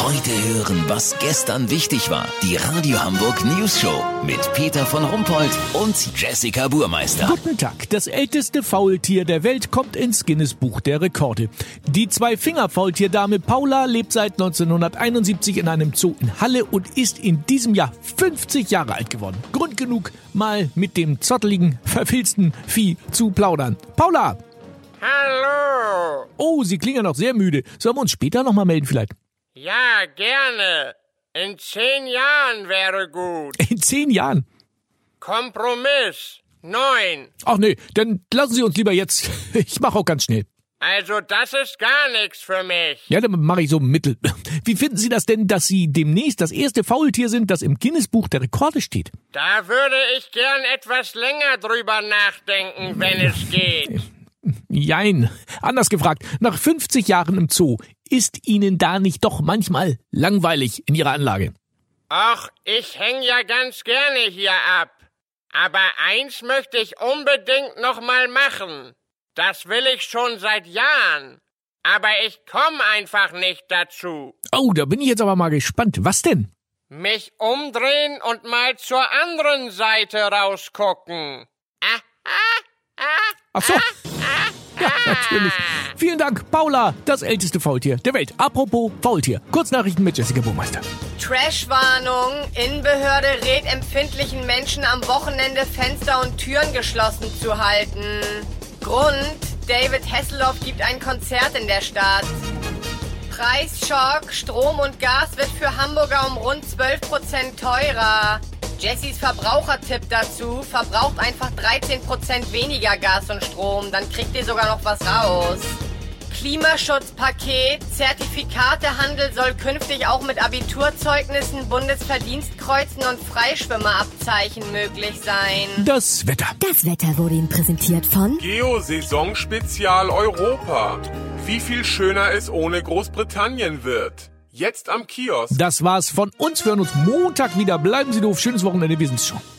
Heute hören, was gestern wichtig war. Die Radio Hamburg News Show mit Peter von Rumpold und Jessica Burmeister. Guten Tag. Das älteste Faultier der Welt kommt ins Guinness-Buch der Rekorde. Die Zwei-Finger-Faultierdame Paula lebt seit 1971 in einem Zoo in Halle und ist in diesem Jahr 50 Jahre alt geworden. Grund genug, mal mit dem zotteligen, verfilzten Vieh zu plaudern. Paula! Hallo! Oh, Sie klingen noch sehr müde. Sollen wir uns später nochmal melden vielleicht? Ja, gerne. In 10 Jahren wäre gut. In 10 Jahren? Kompromiss. 9. Ach nee, dann lassen Sie uns lieber jetzt. Ich mache auch ganz schnell. Also das ist gar nichts für mich. Ja, dann mache ich so Mittel. Wie finden Sie das denn, dass Sie demnächst das erste Faultier sind, das im Guinness-Buch der Rekorde steht? Da würde ich gern etwas länger drüber nachdenken, wenn es geht. Jein. Anders gefragt, nach 50 Jahren im Zoo, ist Ihnen da nicht doch manchmal langweilig in Ihrer Anlage? Ach, ich häng ja ganz gerne hier ab. Aber eins möchte ich unbedingt noch mal machen. Das will ich schon seit Jahren. Aber ich komme einfach nicht dazu. Oh, da bin ich jetzt aber mal gespannt. Was denn? Mich umdrehen und mal zur anderen Seite rausgucken. Ach so. Ja, natürlich. Vielen Dank, Paula, das älteste Faultier der Welt. Apropos Faultier. Kurznachrichten mit Jessica Burmeister. Trashwarnung. Innenbehörde rät empfindlichen Menschen am Wochenende Fenster und Türen geschlossen zu halten. Grund: David Hasselhoff gibt ein Konzert in der Stadt. Preisschock: Strom und Gas wird für Hamburger um rund 12% teurer. Jessys Verbrauchertipp dazu: verbraucht einfach 13% weniger Gas und Strom, dann kriegt ihr sogar noch was raus. Klimaschutzpaket: Zertifikatehandel soll künftig auch mit Abiturzeugnissen, Bundesverdienstkreuzen und Freischwimmerabzeichen möglich sein. Das Wetter. Das Wetter wurde Ihnen präsentiert von Geo-Saison Spezial Europa. Wie viel schöner es ohne Großbritannien wird. Jetzt am Kiosk. Das war's von uns. Wir hören uns Montag wieder. Bleiben Sie doof. Schönes Wochenende. Wir sind's schon.